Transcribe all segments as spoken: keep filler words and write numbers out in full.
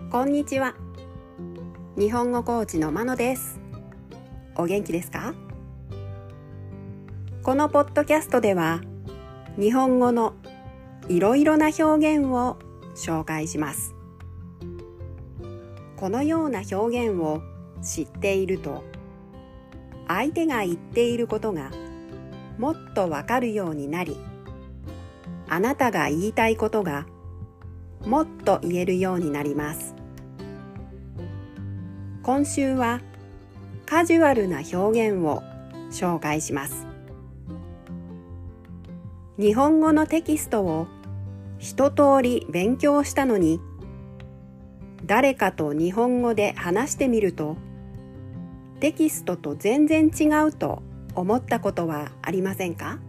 こんにちは。日本語コーチのまのです。お元気ですか？このポッドキャストでは日本語のいろいろな表現を紹介します。このような表現を知っていると、相手が言っていることがもっとわかるようになり、あなたが言いたいことがもっと言えるようになります。今週はカジュアルな表現を紹介します。日本語のテキストを一通り勉強したのに、誰かと日本語で話してみると、テキストと全然違うと思ったことはありませんか？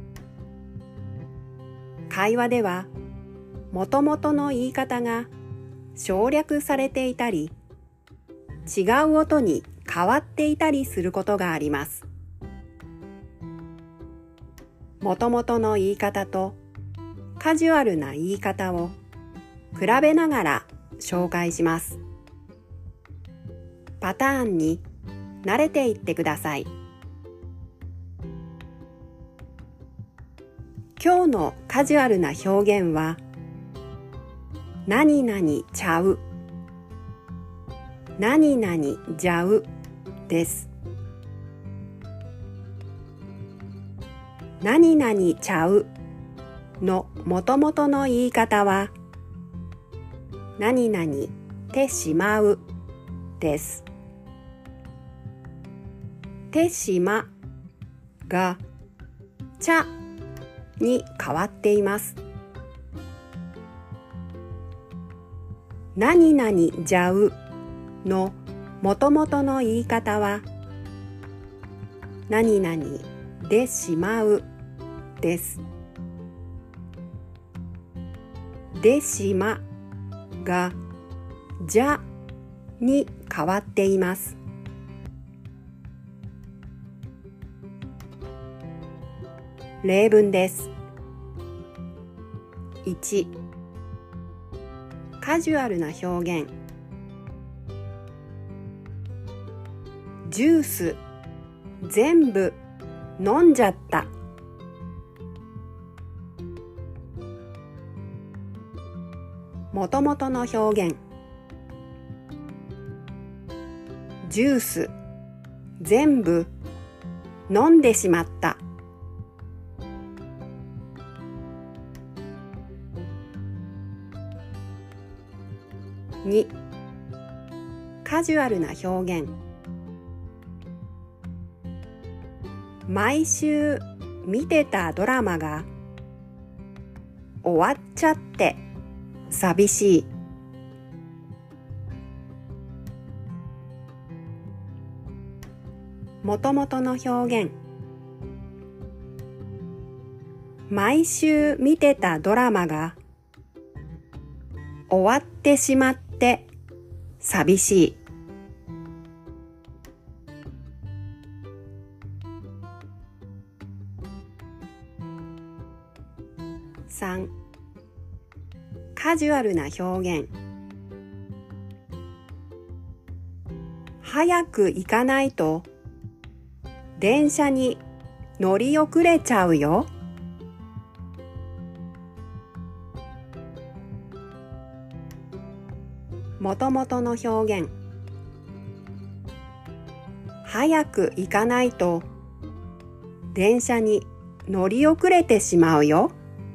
会話では、もともとの言い方が省略されていたり、違う音に変わっていたりすることがあります。もともとの言い方とカジュアルな言い方を比べながら紹介します。パターンに慣れていってください。今日のカジュアルな表現は、何々ちゃう、何々じゃうです。何々ちゃうのもともとの言い方は、何々てしまうです。てしまがちゃに変わっています。何々じゃうのもともとの言い方は、何々でしまうです。でしまがじゃに変わっています。例文です。いち、カジュアルな表現。ジュース全部飲んじゃった。もともとの表現。ジュース全部飲んでしまった。に、カジュアルな表現。毎週見てたドラマが終わっちゃって寂しい。もともとの表現。毎週見てたドラマが終わってしまって寂しい。さん、カジュアルな表現。早く行かないと電車に乗り遅れちゃうよ。もともとの表現。早く行かないと電車に乗り遅れてしまうよ。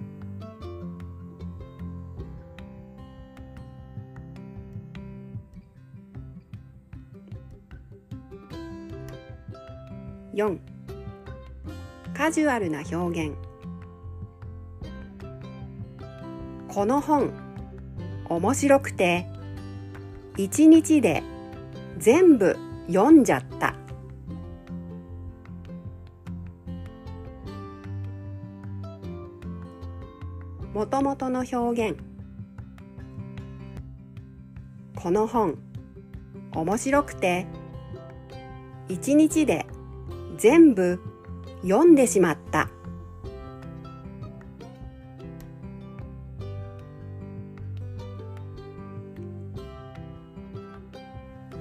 よん、カジュアルな表現。この本面白くて一日で全部読んじゃった。もともとの表現。この本面白くて一日で全部読んでしまった。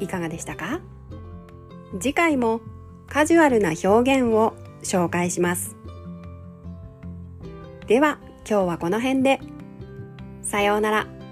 いかがでしたか？次回もカジュアルな表現を紹介します。では今日はこの辺で。さようなら。